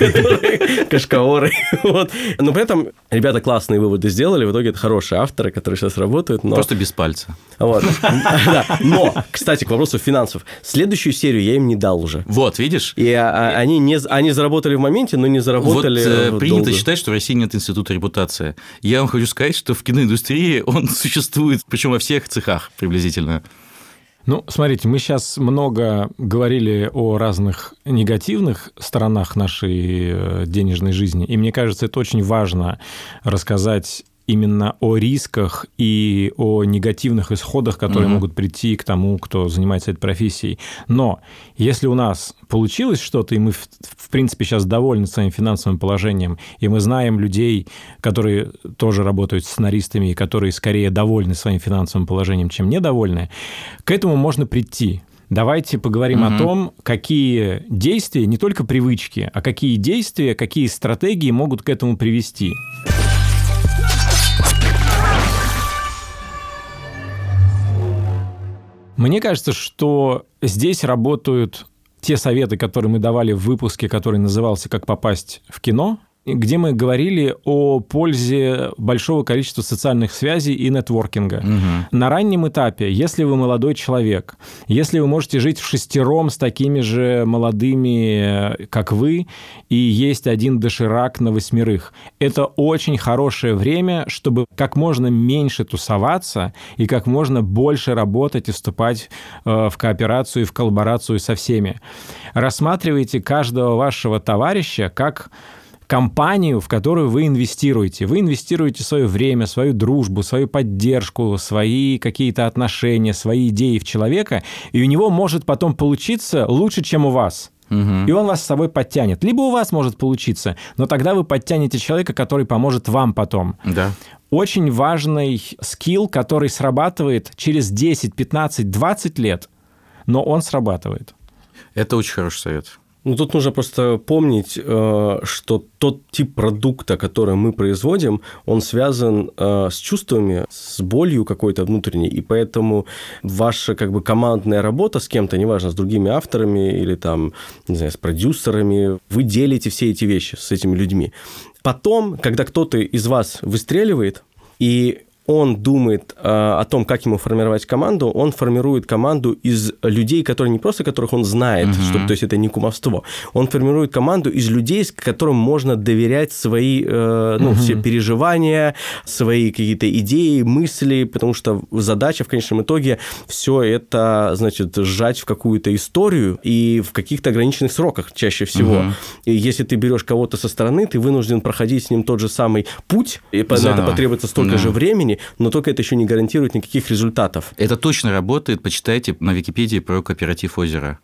кашкаорой. Вот. Но при этом ребята классные выводы сделали, в итоге это хорошие авторы, которые сейчас работают. Но... Просто без пальца. Вот. Да. Но, кстати, к вопросу финансов. Следующую серию я им не дал уже. Вот, видишь? И они, не, они заработали в моменте, но не заработали вот, долго. Принято считать, что в России нет института репутации. Я вам хочу сказать, что в киноиндустрии он существует, причем во всех цехах приблизительно. Ну, смотрите, мы сейчас много говорили о разных негативных сторонах нашей денежной жизни, и мне кажется, это очень важно рассказать именно о рисках и о негативных исходах, которые mm-hmm. могут прийти к тому, кто занимается этой профессией. Но если у нас получилось что-то, и мы, в, в принципе, сейчас довольны своим финансовым положением, и мы знаем людей, которые тоже работают сценаристами, и которые скорее довольны своим финансовым положением, чем недовольны, к этому можно прийти. Давайте поговорим mm-hmm. о том, какие действия, не только привычки, а какие действия, какие стратегии могут к этому привести. Мне кажется, что здесь работают те советы, которые мы давали в выпуске, который назывался «Как попасть в кино», где мы говорили о пользе большого количества социальных связей и нетворкинга. Угу. На раннем этапе, если вы молодой человек, если вы можете жить в шестером с такими же молодыми, как вы, и есть один доширак на восьмерых, это очень хорошее время, чтобы как можно меньше тусоваться и как можно больше работать и вступать в кооперацию и в коллаборацию со всеми. Рассматривайте каждого вашего товарища как компанию, в которую вы инвестируете. Вы инвестируете свое время, свою дружбу, свою поддержку, свои какие-то отношения, свои идеи в человека, и у него может потом получиться лучше, чем у вас. Угу. И он вас с собой подтянет. Либо у вас может получиться, но тогда вы подтянете человека, который поможет вам потом. Да. Очень важный скилл, который срабатывает через десять, пятнадцать, двадцать лет, но он срабатывает. Это очень хороший совет. Ну, тут нужно просто помнить, что тот тип продукта, который мы производим, он связан с чувствами, с болью какой-то внутренней, и поэтому ваша как бы командная работа с кем-то, неважно, с другими авторами или там, не знаю, с продюсерами, вы делите все эти вещи с этими людьми. Потом, когда кто-то из вас выстреливает, и он думает э, о том, как ему формировать команду, он формирует команду из людей, которые не просто которых он знает, mm-hmm. чтобы, то есть это не кумовство, он формирует команду из людей, которым можно доверять свои э, ну, mm-hmm. все переживания, свои какие-то идеи, мысли, потому что задача в конечном итоге все это, значит, сжать в какую-то историю и в каких-то ограниченных сроках чаще всего. Mm-hmm. И если ты берешь кого-то со стороны, ты вынужден проходить с ним тот же самый путь, и на это потребуется столько mm-hmm. же времени, но только это еще не гарантирует никаких результатов. Это точно работает. Почитайте на Википедии про кооператив «Озеро».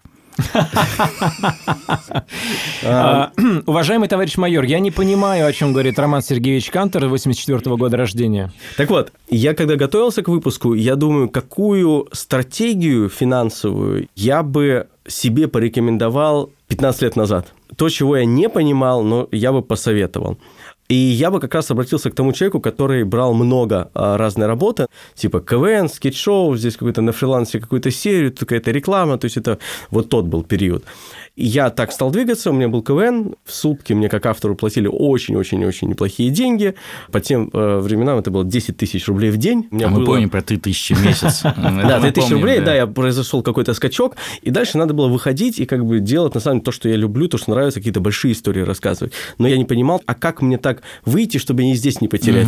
Уважаемый товарищ майор, я не понимаю, о чем говорит Роман Сергеевич Кантор, восемьдесят четвёртого года рождения. Так вот, я когда готовился к выпуску, я думаю, какую стратегию финансовую я бы себе порекомендовал пятнадцать лет назад. То, чего я не понимал, но я бы посоветовал. И я бы как раз обратился к тому человеку, который брал много разной работы, типа КВН, скетч-шоу, здесь какой-то на фрилансе какую-то серию, какая-то реклама, то есть это вот тот был период. И я так стал двигаться, у меня был КВН, в сутки мне как автору платили очень-очень-очень неплохие деньги, по тем временам это было десять тысяч рублей в день. А мы помним про три тысячи в месяц. Да, три тысячи рублей, да, я произошел какой-то скачок, и дальше надо было выходить и как бы делать, на самом деле, то, что я люблю, то, что нравится, какие-то большие истории рассказывать. Но я не понимал, а как мне так выйти, чтобы и здесь не потерять?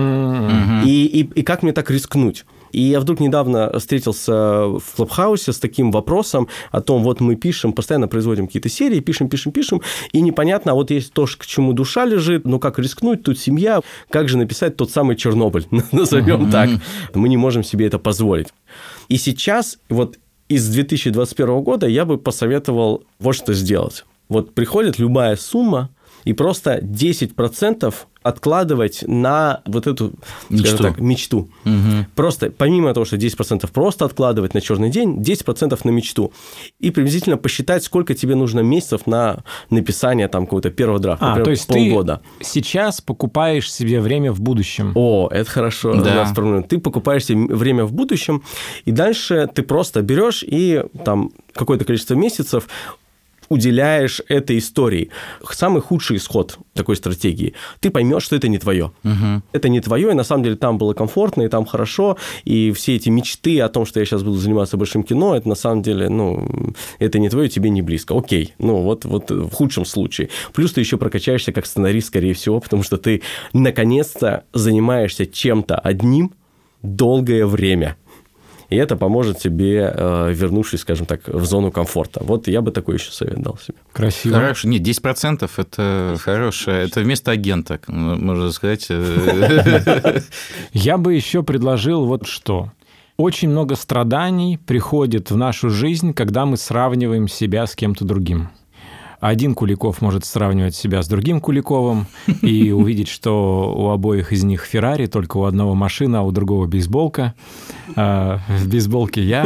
И, и, и как мне так рискнуть? И я вдруг недавно встретился в Клабхаусе с таким вопросом о том, вот мы пишем, постоянно производим какие-то серии, пишем, пишем, пишем, и непонятно, а вот есть то, к чему душа лежит, но как рискнуть, тут семья, как же написать тот самый Чернобыль, назовем так. Мы не можем себе это позволить. И сейчас, вот из две тысячи двадцать первого года я бы посоветовал вот что сделать. Вот приходит любая сумма, и просто десять процентов откладывать на вот эту мечту. Так, мечту. Угу. Просто помимо того, что десять процентов просто откладывать на черный день, десять процентов на мечту. И приблизительно посчитать, сколько тебе нужно месяцев на написание там какого-то первого драфта. А, например, то есть полгода. Ты сейчас покупаешь себе время в будущем. О, это хорошо. Да. Ты покупаешь себе время в будущем, и дальше ты просто берешь и там какое-то количество месяцев уделяешь этой истории. Самый худший исход такой стратегии. Ты поймешь, что это не твое. Угу. Это не твое, и на самом деле там было комфортно, и там хорошо, и все эти мечты о том, что я сейчас буду заниматься большим кино, это на самом деле, ну, это не твое, тебе не близко. Окей, ну, вот, вот в худшем случае. Плюс ты еще прокачаешься как сценарист, скорее всего, потому что ты наконец-то занимаешься чем-то одним долгое время. И это поможет тебе, вернувшись, скажем так, в зону комфорта. Вот я бы такой еще совет дал себе. Красиво. Хорошо. Нет, десять процентов – это хорошее. Это вместо агента, можно сказать. Я бы еще предложил вот что. Очень много страданий приходит в нашу жизнь, когда мы сравниваем себя с кем-то другим. Один Куликов может сравнивать себя с другим Куликовым и увидеть, что у обоих из них Феррари, только у одного машина, а у другого бейсболка. В бейсболке я.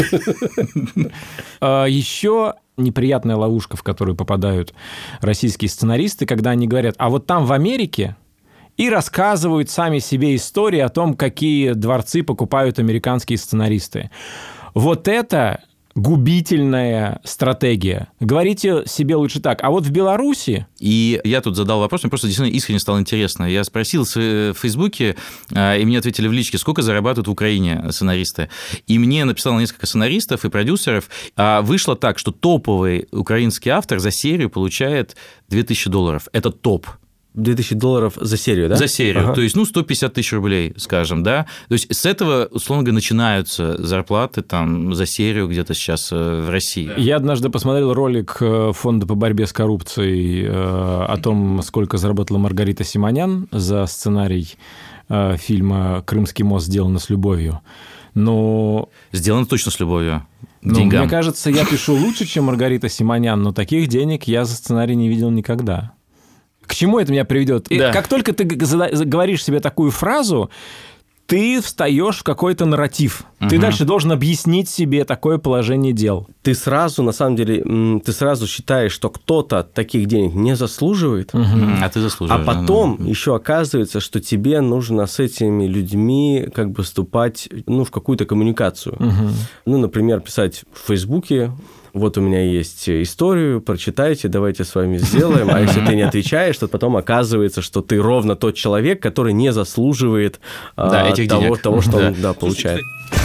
Еще неприятная ловушка, в которую попадают российские сценаристы, когда они говорят, а вот там в Америке, и рассказывают сами себе истории о том, какие дворцы покупают американские сценаристы. Вот это губительная стратегия. Говорите себе лучше так. А вот в Беларуси... И я тут задал вопрос, мне просто действительно искренне стало интересно. Я спросил в Фейсбуке, и мне ответили в личке, сколько зарабатывают в Украине сценаристы. И мне написало несколько сценаристов и продюсеров. Вышло так, что топовый украинский автор за серию получает две тысячи долларов. Это топ. две тысячи долларов за серию, да? За серию. Ага. То есть, ну, сто пятьдесят тысяч рублей, скажем, да? То есть, с этого, условно говоря, начинаются зарплаты там за серию где-то сейчас в России. Я однажды посмотрел ролик Фонда по борьбе с коррупцией о том, сколько заработала Маргарита Симонян за сценарий фильма «Крымский мост. Сделано с любовью». Но... Сделано точно с любовью. Ну, мне кажется, я пишу лучше, чем Маргарита Симонян, но таких денег я за сценарий не видел никогда. К чему это меня приведет? Да. Как только ты говоришь себе такую фразу, ты встаешь в какой-то нарратив. Угу. Ты дальше должен объяснить себе такое положение дел. Ты сразу, на самом деле, ты сразу считаешь, что кто-то таких денег не заслуживает, угу. а ты заслуживаешь. А потом да, да. еще оказывается, что тебе нужно с этими людьми как бы вступать ну, в какую-то коммуникацию. Угу. Ну, например, писать в Фейсбуке вот у меня есть историю, прочитайте, давайте с вами сделаем, а если ты не отвечаешь, то потом оказывается, что ты ровно тот человек, который не заслуживает да, а, этих того, денег. того, что да. он да, получает.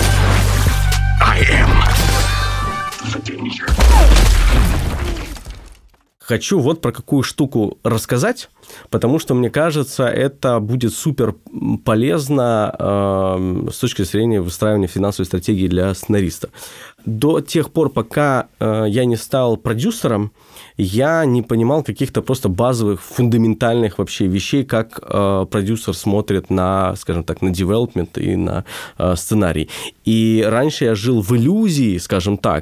Хочу вот про какую штуку рассказать, потому что, мне кажется, это будет супер полезно э, с точки зрения выстраивания финансовой стратегии для сценариста. До тех пор, пока э, я не стал продюсером, я не понимал каких-то просто базовых, фундаментальных вообще вещей, как э, продюсер смотрит на, скажем так, на девелопмент и на э, сценарий. И раньше я жил в иллюзии, скажем так,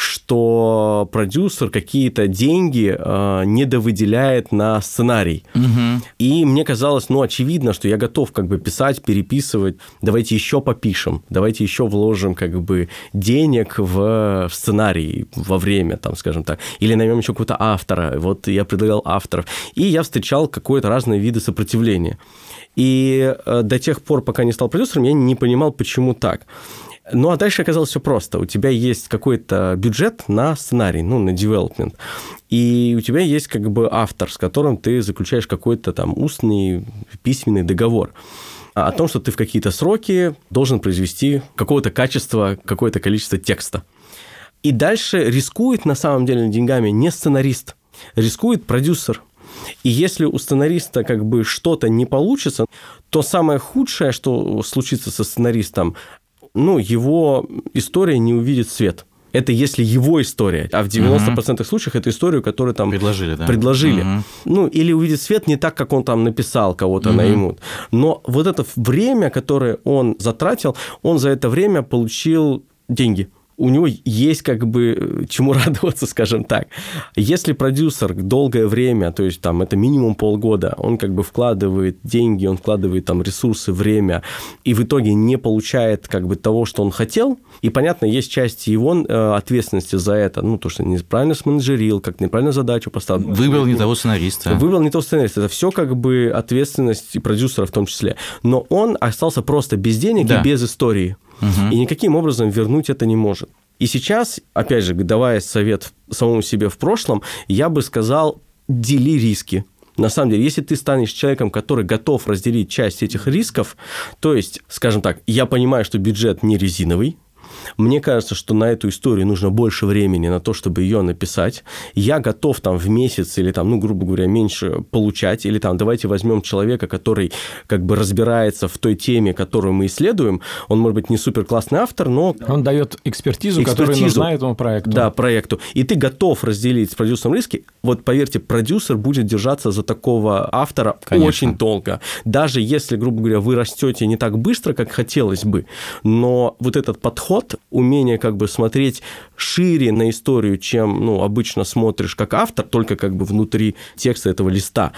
что продюсер какие-то деньги э, недовыделяет на сценарий. Угу. И мне казалось, ну, очевидно, что я готов как бы писать, переписывать, давайте еще попишем, давайте еще вложим как бы денег в, в сценарий во время, там, скажем так, или наймем еще какого-то автора. Вот я предлагал авторов. И я встречал какие-то разные виды сопротивления. И до тех пор, пока не стал продюсером, я не понимал, почему так. Ну, а дальше оказалось все просто. У тебя есть какой-то бюджет на сценарий, ну, на девелопмент, и у тебя есть как бы автор, с которым ты заключаешь какой-то там устный, письменный договор о том, что ты в какие-то сроки должен произвести какого-то качества, какое-то количество текста. И дальше рискует, на самом деле, деньгами не сценарист, рискует продюсер. И если у сценариста как бы что-то не получится, то самое худшее, что случится со сценаристом, ну, его история не увидит свет. Это если его история. А в девяноста процентах случаев это историю, которую там предложили. Да? предложили. Угу. Ну, или увидит свет не так, как он там написал, кого-то угу. наймут. Но вот это время, которое он затратил, он за это время получил деньги. У него есть как бы чему радоваться, скажем так. Если продюсер долгое время, то есть там это минимум полгода, он как бы вкладывает деньги, он вкладывает там ресурсы, время, и в итоге не получает как бы того, что он хотел, и, понятно, есть часть его ответственности за это, ну, то, что неправильно сменеджерил, как неправильно задачу поставил. Выбрал не того сценариста. Выбрал не того сценариста. Это все как бы ответственность и продюсера в том числе. Но он остался просто без денег да. и без истории. Угу. И никаким образом вернуть это не может. И сейчас, опять же, давая совет самому себе в прошлом, я бы сказал, дели риски. На самом деле, если ты станешь человеком, который готов разделить часть этих рисков, то есть, скажем так, я понимаю, что бюджет не резиновый, мне кажется, что на эту историю нужно больше времени на то, чтобы ее написать. Я готов там в месяц или там, ну, грубо говоря, меньше получать. Или там давайте возьмем человека, который как бы разбирается в той теме, которую мы исследуем. Он, может быть, не супер классный автор, но... Он дает экспертизу, экспертизу, которая нужна этому проекту. Да, проекту. И ты готов разделить с продюсером риски. Вот, поверьте, продюсер будет держаться за такого автора Конечно. Очень долго. Даже если, грубо говоря, вы растете не так быстро, как хотелось бы, но вот этот подход, умение как бы смотреть шире на историю, чем, ну, обычно смотришь как автор, только как бы внутри текста этого листа,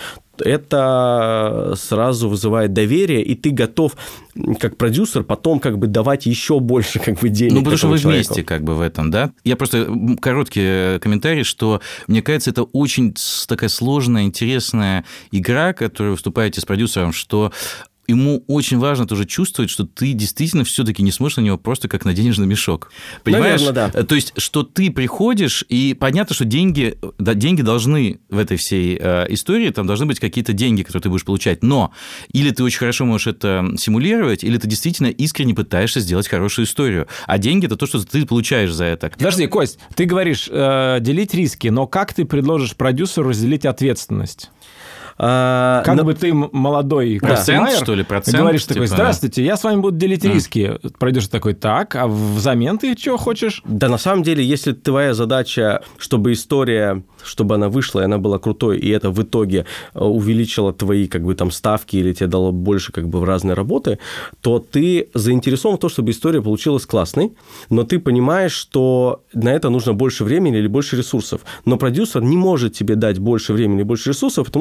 это сразу вызывает доверие, и ты готов, как продюсер, потом как бы давать еще больше как бы денег. Ну, потому что вы человеку. Вместе как бы в этом, да? Я просто короткий комментарий, что, мне кажется, это очень такая сложная, интересная игра, которую вы вступаете с продюсером, что ему очень важно тоже чувствовать, что ты действительно все-таки не смотришь на него просто как на денежный мешок. Понимаешь? Наверное, да. То есть, что ты приходишь, и понятно, что деньги, да, деньги должны в этой всей э, истории, там должны быть какие-то деньги, которые ты будешь получать, но или ты очень хорошо можешь это симулировать, или ты действительно искренне пытаешься сделать хорошую историю. А деньги – это то, что ты получаешь за это. Подожди, Кость, ты говоришь э, делить риски, но как ты предложишь продюсеру разделить ответственность? А, как но... бы ты молодой процент, что ли, процент? Ты говоришь типа, такой, здравствуйте, я с вами буду делить mm. риски. Продюсер такой, так, а взамен ты что хочешь? Да, на самом деле, если твоя задача, чтобы история, чтобы она вышла, и она была крутой, и это в итоге увеличило твои, как бы, там, ставки или тебе дало больше, как бы, в разные работы, то ты заинтересован в том, чтобы история получилась классной, но ты понимаешь, что на это нужно больше времени или больше ресурсов. Но продюсер не может тебе дать больше времени или больше ресурсов, потому что у него ограничения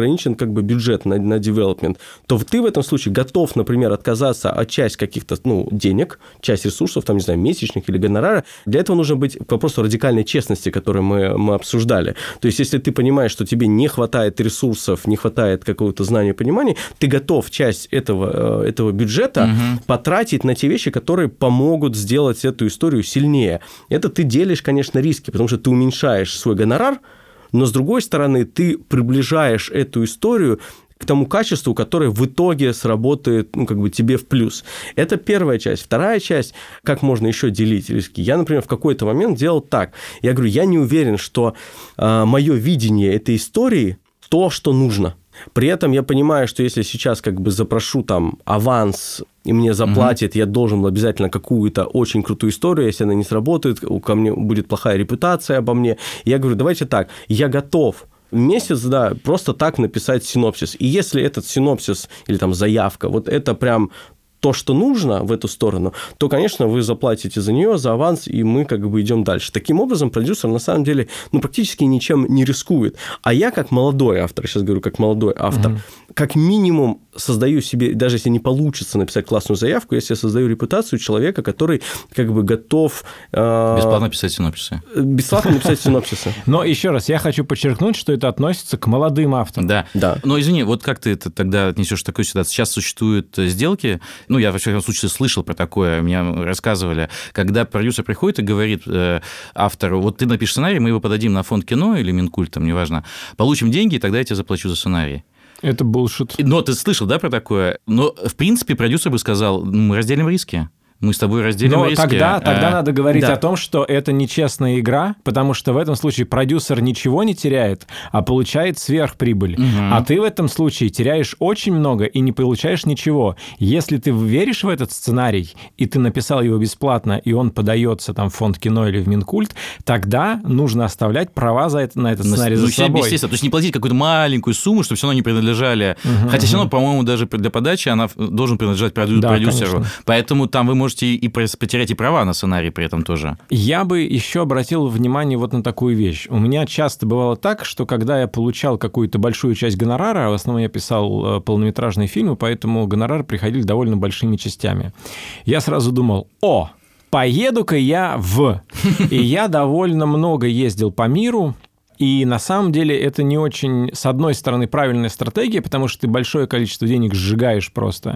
ограничен как бы бюджет на, на development, то ты в этом случае готов, например, отказаться от части каких-то, ну, денег, часть ресурсов, там, не знаю, месячных или гонорара. Для этого нужно быть к вопросу радикальной честности, которую мы, мы обсуждали. То есть, если ты понимаешь, что тебе не хватает ресурсов, не хватает какого-то знания и понимания, ты готов часть этого, этого бюджета угу. потратить на те вещи, которые помогут сделать эту историю сильнее. Это ты делишь, конечно, риски, потому что ты уменьшаешь свой гонорар, но, с другой стороны, ты приближаешь эту историю к тому качеству, которое в итоге сработает, ну, как бы тебе в плюс. Это первая часть. Вторая часть, как можно еще делить риски. Я, например, в какой-то момент делал так. Я говорю, я не уверен, что э, мое видение этой истории то, что нужно. При этом я понимаю, что если сейчас как бы запрошу там аванс, и мне заплатят, mm-hmm. я должен обязательно какую-то очень крутую историю, если она не сработает, ко мне будет плохая репутация обо мне. Я говорю, давайте так, я готов месяц, да, просто так написать синопсис. И если этот синопсис или там заявка, вот это прям то, что нужно в эту сторону, то, конечно, вы заплатите за нее, за аванс, и мы как бы идем дальше. Таким образом, продюсер на самом деле ну, практически ничем не рискует. А я как молодой автор, сейчас говорю как молодой автор, mm-hmm. как минимум создаю себе, даже если не получится написать классную заявку, если я создаю репутацию человека, который как бы готов... Э... Бесплатно писать синопсисы. Бесплатно написать синопсисы. Но еще раз, я хочу подчеркнуть, что это относится к молодым авторам. Да. да. Но извини, вот как ты это тогда отнесешь такую ситуацию? Сейчас существуют сделки, ну, я, во всяком случае, слышал про такое, мне рассказывали, когда продюсер приходит и говорит э, автору, вот ты напишешь сценарий, мы его подадим на фонд кино или Минкульт, там, неважно, получим деньги, и тогда я тебе заплачу за сценарий. Это булшит. Но ты слышал, да, про такое? Но, в принципе, продюсер бы сказал, мы разделим риски. Мы с тобой разделим Но риски. Тогда, тогда а, надо говорить да. о том, что это нечестная игра, потому что в этом случае продюсер ничего не теряет, а получает сверхприбыль. Угу. А ты в этом случае теряешь очень много и не получаешь ничего. Если ты веришь в этот сценарий, и ты написал его бесплатно, и он подается там, в фонд кино или в Минкульт, тогда нужно оставлять права за это, на этот сценарий ну, за собой. Естественно. То есть не платить какую-то маленькую сумму, чтобы все равно не принадлежали. Угу, Хотя угу. все равно, по-моему, даже для подачи она должен принадлежать продю- да, продюсеру. Конечно. Поэтому там вы можете и потерять и права на сценарий при этом тоже. Я бы еще обратил внимание вот на такую вещь. У меня часто бывало так, что когда я получал какую-то большую часть гонорара, в основном я писал полнометражные фильмы, поэтому гонорары приходили довольно большими частями. Я сразу думал, о, поеду-ка я в... И я довольно много ездил по миру. И на самом деле это не очень, с одной стороны, правильная стратегия, потому что ты большое количество денег сжигаешь просто.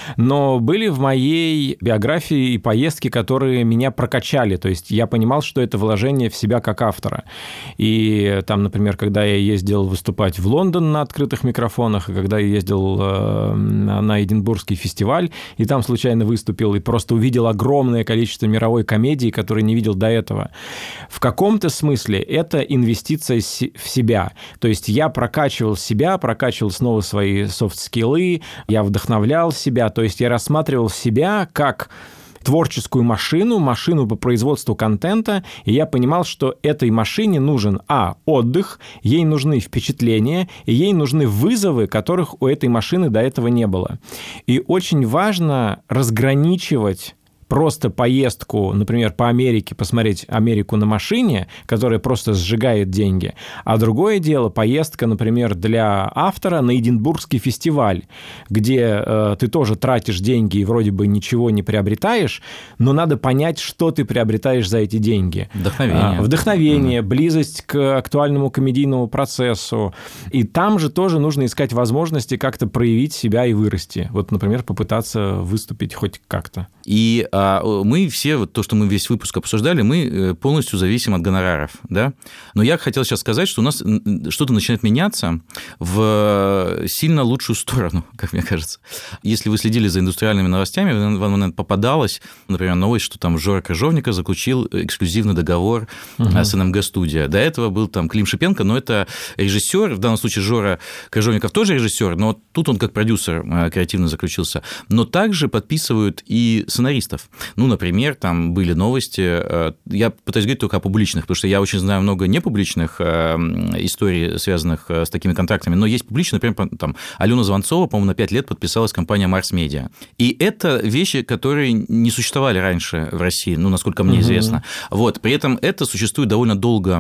Но были в моей биографии и поездки, которые меня прокачали. То есть я понимал, что это вложение в себя как автора. И там, например, когда я ездил выступать в Лондон на открытых микрофонах, и когда я ездил на Эдинбургский фестиваль, и там случайно выступил, и просто увидел огромное количество мировой комедии, которые не видел до этого. В каком-то смысле это инвестиция в себя. То есть я прокачивал себя, прокачивал снова свои софт-скиллы, я вдохновлял себя, то есть я рассматривал себя как творческую машину, машину по производству контента, и я понимал, что этой машине нужен, а, отдых, ей нужны впечатления, и ей нужны вызовы, которых у этой машины до этого не было. И очень важно разграничивать просто поездку, например, по Америке, посмотреть Америку на машине, которая просто сжигает деньги, а другое дело поездка, например, для автора на Эдинбургский фестиваль, где э, ты тоже тратишь деньги и вроде бы ничего не приобретаешь, но надо понять, что ты приобретаешь за эти деньги. Вдохновение. А, вдохновение, mm-hmm. близость к актуальному комедийному процессу. И там же тоже нужно искать возможности как-то проявить себя и вырасти. Вот, например, попытаться выступить хоть как-то. И а, мы все, вот то, что мы весь выпуск обсуждали, мы полностью зависим от гонораров, да? Но я хотел сейчас сказать, что у нас что-то начинает меняться в сильно лучшую сторону, как мне кажется. Если вы следили за индустриальными новостями, вам, наверное, попадалось, например, новость, что там Жора Крыжовников заключил эксклюзивный договор угу. с эн эм гэ-студия. До этого был там Клим Шипенко, но это режиссер, в данном случае Жора Крыжовников тоже режиссер, но тут он как продюсер креативно заключился. Но также подписывают и сценаристов. Ну, например, там были новости, я пытаюсь говорить только о публичных, потому что я очень знаю много непубличных историй, связанных с такими контрактами, но есть публичные, например, там Алена Звонцова, по-моему, на пять лет подписалась компания Марс Медиа. И это вещи, которые не существовали раньше в России, ну, насколько мне угу. известно. Вот, при этом это существует довольно долго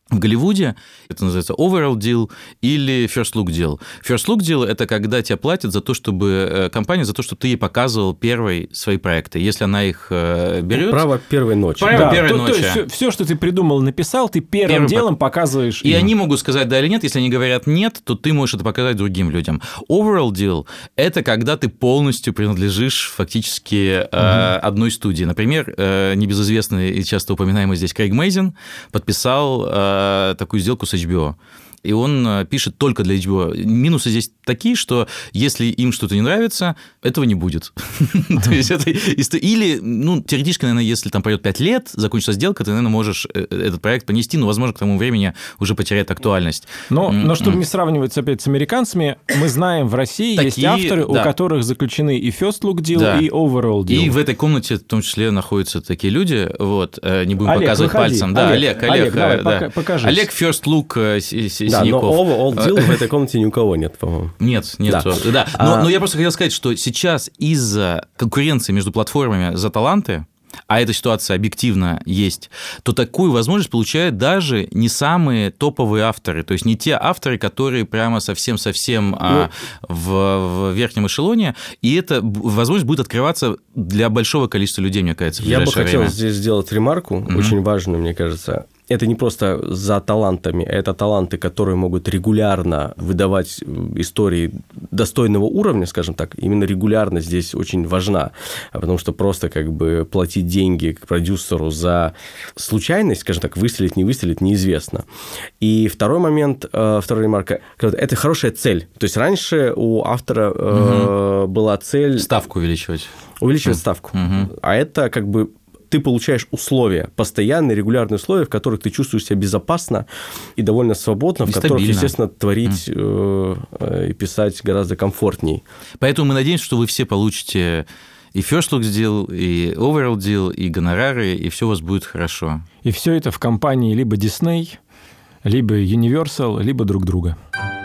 В Голливуде это называется overall deal или first look deal. First look deal – это когда тебе платят за то, чтобы компания, за то, что ты ей показывал первые свои проекты. Если она их берет... Право первой ночи. Право Да, первой то, ночи. то есть все, все, что ты придумал, написал, ты первым Первым делом показываешь И им. они могут сказать да или нет. Если они говорят нет, то ты можешь это показать другим людям. Overall deal – это когда ты полностью принадлежишь фактически угу. э, одной студии. Например, э, небезызвестный и часто упоминаемый здесь Крейг Мейзин подписал э, такую сделку с эйч би о. И он пишет только для эйч би о. Минусы здесь такие, что если им что-то не нравится, этого не будет. То есть это... Или, ну, теоретически, наверное, если там пройдет пять лет, закончится сделка, ты, наверное, можешь этот проект понести, но, возможно, к тому времени уже потеряет актуальность. Но, но чтобы не сравнивать опять с американцами, мы знаем, в России есть Такие, авторы, да. у которых заключены и first look deal, Да. и overall deal. И в этой комнате в том числе находятся такие люди, вот, не будем Олег, показывать выходи. пальцем. Да, Олег, Олег, Олег, Олег, давай, да. пока- покажись. Олег first look Синяков. Да, но overall deal в этой комнате ни у кого нет, по-моему. Нет, нет. Да. Да. Но, А... но я просто хотел сказать, что сейчас из-за конкуренции между платформами за таланты, а эта ситуация объективно есть, то такую возможность получают даже не самые топовые авторы, то есть не те авторы, которые прямо совсем-совсем ну, а, в, в верхнем эшелоне, и эта возможность будет открываться для большого количества людей, мне кажется, в Я бы ближайшее хотел время. здесь сделать ремарку, mm-hmm. очень важную, мне кажется. Это не просто за талантами, это таланты, которые могут регулярно выдавать истории достойного уровня, скажем так. Именно регулярность здесь очень важна, потому что просто как бы платить деньги к продюсеру за случайность, скажем так, выстрелить, не выстрелить, неизвестно. И второй момент, вторая ремарка, это хорошая цель. То есть раньше у автора угу. была цель... Ставку увеличивать. Увеличивать угу. ставку. Угу. А это как бы... ты получаешь условия, постоянные, регулярные условия, в которых ты чувствуешь себя безопасно и довольно свободно, в которых, естественно, творить mm. и писать гораздо комфортней. Поэтому мы надеемся, что вы все получите и first look deal, и overall deal, и гонорары, и все у вас будет хорошо. И все это в компании либо Disney, либо Universal, либо друг друга.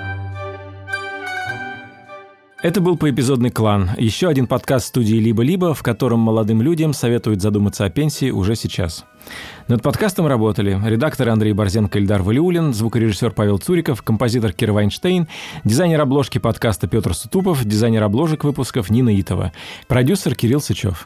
Это был «Поэпизодный клан», еще один подкаст студии «Либо-либо», в котором молодым людям советуют задуматься о пенсии уже сейчас. Над подкастом работали редакторы Андрей Борзенко, Ильдар Валиуллин, звукорежиссер Павел Цуриков, композитор Кира Вайнштейн, дизайнер обложки подкаста Петр Сутупов, дизайнер обложек выпусков Нина Итова, продюсер Кирилл Сычев.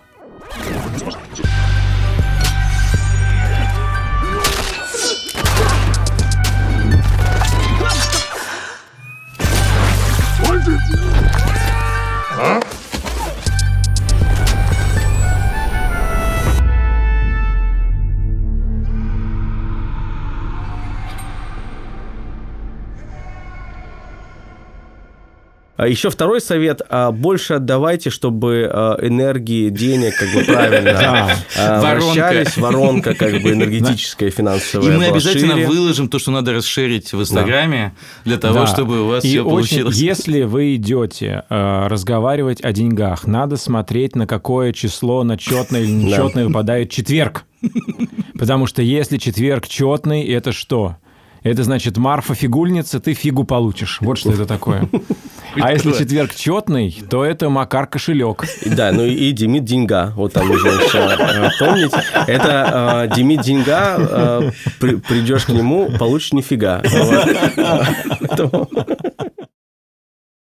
Еще второй совет. Больше отдавайте, чтобы энергии, денег как бы правильно вращались. Воронка как бы энергетическая, финансовая. И мы обязательно выложим то, что надо расширить в Инстаграме, для того, чтобы у вас все получилось. Если вы идете разговаривать о деньгах, надо смотреть, на какое число, на четное или нечетное выпадает четверг. Потому что если четверг четный, это что? Это значит, Марфа фигульница, ты фигу получишь. Вот что это такое. А если четверг четный, то это Макар кошелек. Да, ну и Демид деньга. Вот там нужно еще помнить. Это э, Демид деньга, э, при, придешь к нему, получишь нифига. Вот.